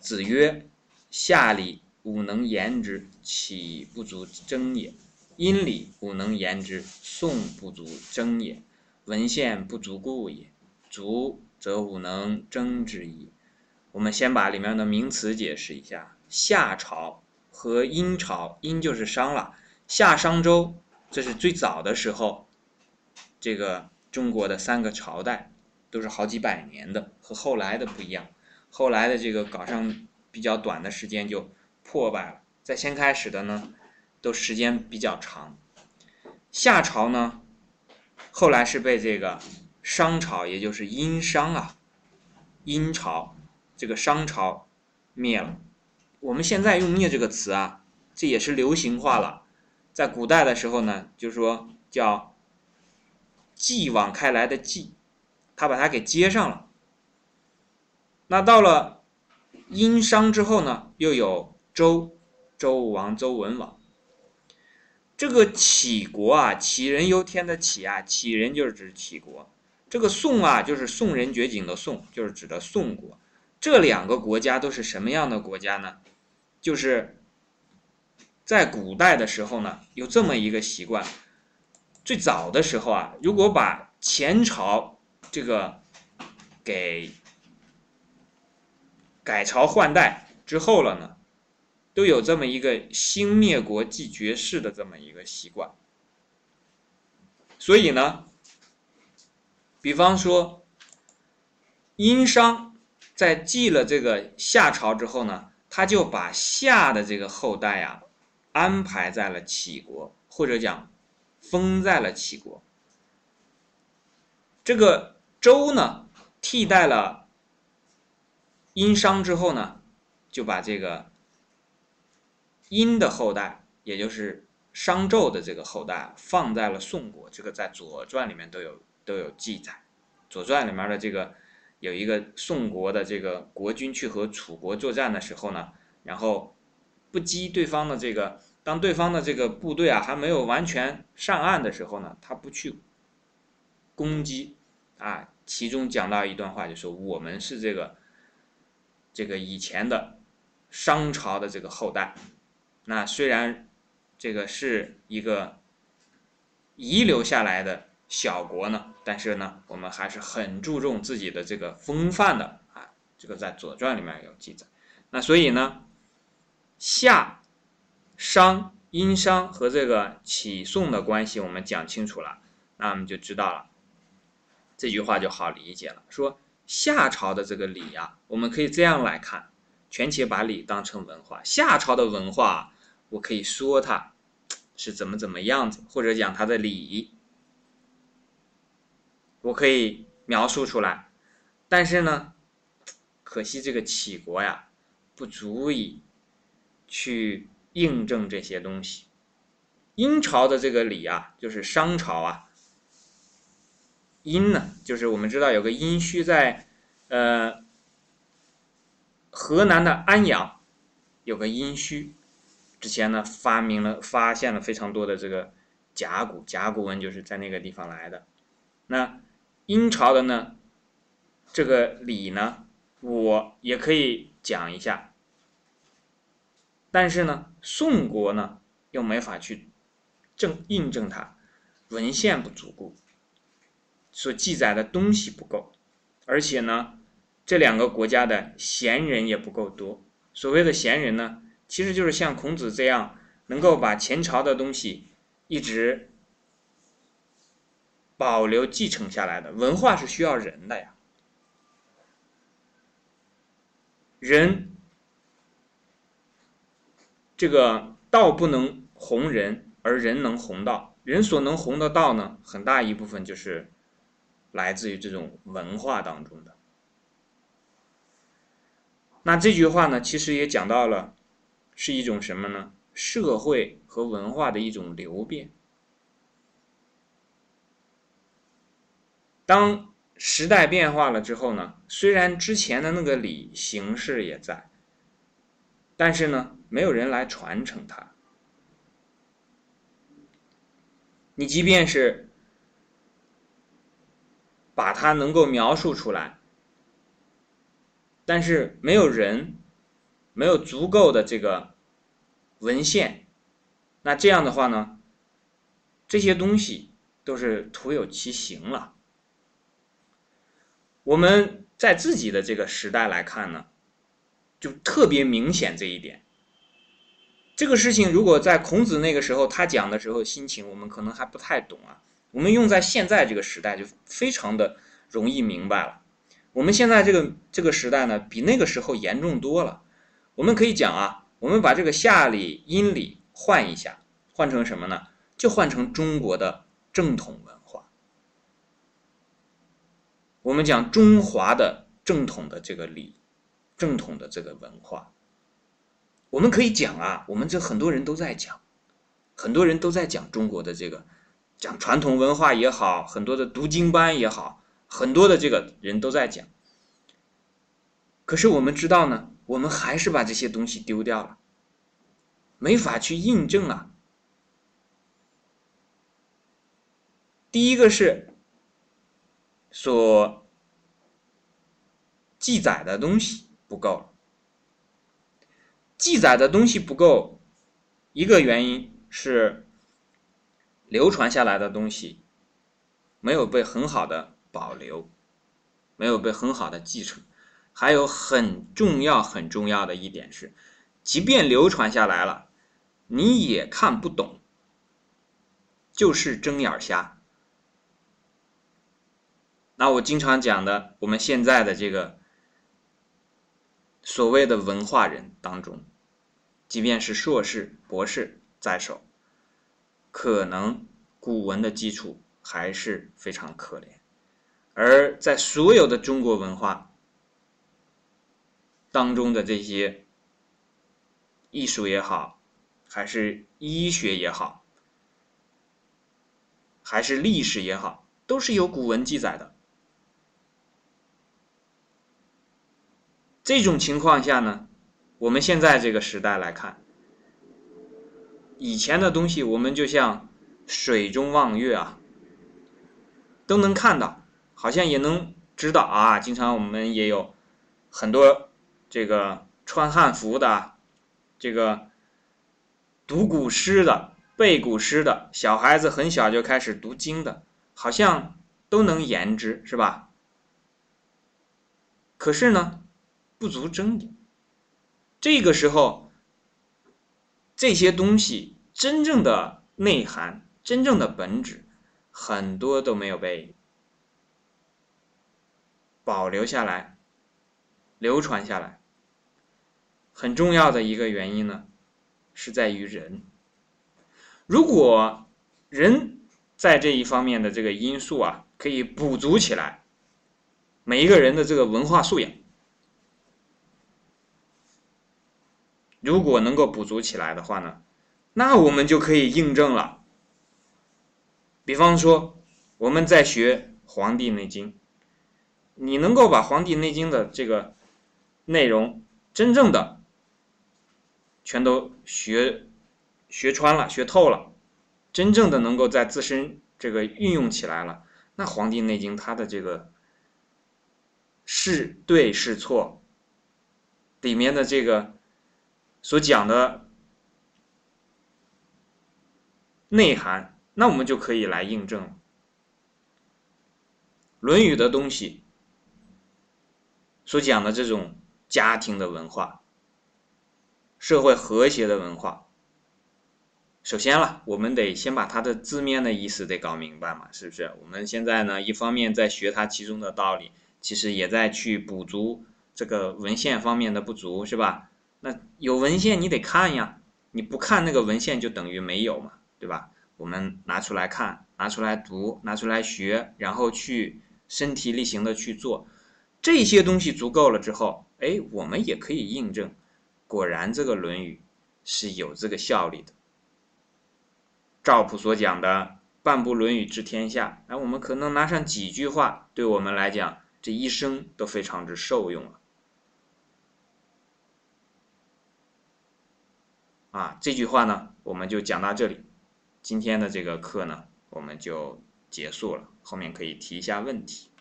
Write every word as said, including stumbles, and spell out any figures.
子曰：夏礼，吾能言之，岂不足争也？殷礼，吾能言之，宋不足争也。文献不足故也。足则吾能争之矣。我们先把里面的名词解释一下。夏朝和殷朝，殷就是商了，夏商周，这是最早的时候，这个中国的三个朝代都是好几百年的，和后来的不一样。后来的这个搞上比较短的时间就破败了，在先开始的呢都时间比较长。夏朝呢后来是被这个商朝，也就是殷商啊，殷朝这个商朝灭了。我们现在用灭这个词啊，这也是流行化了。在古代的时候呢，就是说叫继往开来的继，他把它给接上了。那到了殷商之后呢，又有周，周武王、周文王。这个杞国啊，杞人忧天的杞啊，杞人就是指杞国。这个宋啊，就是宋人绝井的宋，就是指的宋国。这两个国家都是什么样的国家呢？就是在古代的时候呢，有这么一个习惯。最早的时候啊，如果把前朝这个给改朝换代之后了呢，都有这么一个兴灭国继绝世的这么一个习惯。所以呢，比方说殷商在继了这个夏朝之后呢，他就把夏的这个后代啊安排在了杞国，或者讲封在了杞国。这个周呢替代了殷商之后呢，就把这个殷的后代，也就是商纣的这个后代放在了宋国。这个在《左传》里面都有都有记载。《左传》里面的这个有一个宋国的这个国君去和楚国作战的时候呢，然后不击对方的这个，当对方的这个部队啊还没有完全上岸的时候呢，他不去攻击啊。其中讲到一段话，就说我们是这个这个以前的商朝的这个后代。那虽然这个是一个遗留下来的小国呢，但是呢，我们还是很注重自己的这个风范的啊。这个在《左传》里面有记载。那所以呢，夏、商、殷商和这个杞宋的关系我们讲清楚了，那我们就知道了，这句话就好理解了。说夏朝的这个礼啊，我们可以这样来看，全且把礼当成文化。夏朝的文化，我可以说它是怎么怎么样子，或者讲它的礼，我可以描述出来。但是呢，可惜这个杞国呀，不足以去印证这些东西。殷朝的这个礼啊，就是商朝啊。殷呢，就是我们知道有个殷墟在呃河南的安阳有个殷墟，之前呢发明了发现了非常多的这个甲骨，甲骨文就是在那个地方来的。那殷朝的呢这个礼呢，我也可以讲一下，但是呢宋国呢又没法去证印证它，文献不足够，所记载的东西不够，而且呢这两个国家的贤人也不够多。所谓的贤人呢，其实就是像孔子这样能够把前朝的东西一直保留继承下来的。文化是需要人的呀，人这个道不能弘人，而人能弘道。人所能弘的道呢，很大一部分就是来自于这种文化当中的。那这句话呢，其实也讲到了是一种什么呢？社会和文化的一种流变。当时代变化了之后呢，虽然之前的那个礼形式也在，但是呢，没有人来传承它。你即便是把它能够描述出来，但是没有人没有足够的这个文献，那这样的话呢，这些东西都是徒有其形了。我们在自己的这个时代来看呢，就特别明显这一点。这个事情如果在孔子那个时候他讲的时候心情，我们可能还不太懂啊。我们用在现在这个时代就非常的容易明白了。我们现在这个这个时代呢，比那个时候严重多了。我们可以讲啊，我们把这个夏礼、殷礼换一下，换成什么呢？就换成中国的正统文化。我们讲中华的正统的这个礼，正统的这个文化。我们可以讲啊，我们这很多人都在讲，很多人都在讲中国的这个，讲传统文化也好，很多的读经班也好，很多的这个人都在讲。可是我们知道呢，我们还是把这些东西丢掉了，没法去印证啊。第一个是所记载的东西不够，记载的东西不够，一个原因是流传下来的东西没有被很好的保留，没有被很好的继承。还有很重要很重要的一点是，即便流传下来了，你也看不懂，就是睁眼瞎。那我经常讲的，我们现在的这个所谓的文化人当中，即便是硕士、博士在手，可能古文的基础还是非常可怜。而在所有的中国文化当中的这些艺术也好，还是医学也好，还是历史也好，都是有古文记载的。这种情况下呢，我们现在这个时代来看，以前的东西我们就像水中望月啊，都能看到，好像也能知道啊。经常我们也有很多这个穿汉服的，这个读古诗的，背古诗的，小孩子很小就开始读经的，好像都能言之，是吧？可是呢，不足争也。这个时候，这些东西真正的内涵、真正的本质，很多都没有被保留下来、流传下来。很重要的一个原因呢，是在于人。如果人在这一方面的这个因素啊，可以补足起来，每一个人的这个文化素养，如果能够补足起来的话呢，那我们就可以印证了。比方说，我们在学《黄帝内经》，你能够把《黄帝内经》的这个内容真正的全都学学穿了、学透了，真正的能够在自身这个运用起来了，那《黄帝内经》它的这个是对是错，里面的这个所讲的内涵，那我们就可以来印证了。论语的东西所讲的这种家庭的文化，社会和谐的文化，首先了，我们得先把它的字面的意思得搞明白嘛，是不是？我们现在呢，一方面在学它其中的道理，其实也在去补足这个文献方面的不足，是吧？那有文献你得看呀，你不看那个文献就等于没有嘛，对吧？我们拿出来看，拿出来读，拿出来学，然后去身体力行的去做，这些东西足够了之后，哎，我们也可以印证，果然这个《论语》是有这个效力的。赵普所讲的半部《论语》治天下，哎，我们可能拿上几句话，对我们来讲，这一生都非常之受用了。啊，这句话呢，我们就讲到这里。今天的这个课呢，我们就结束了，后面可以提一下问题。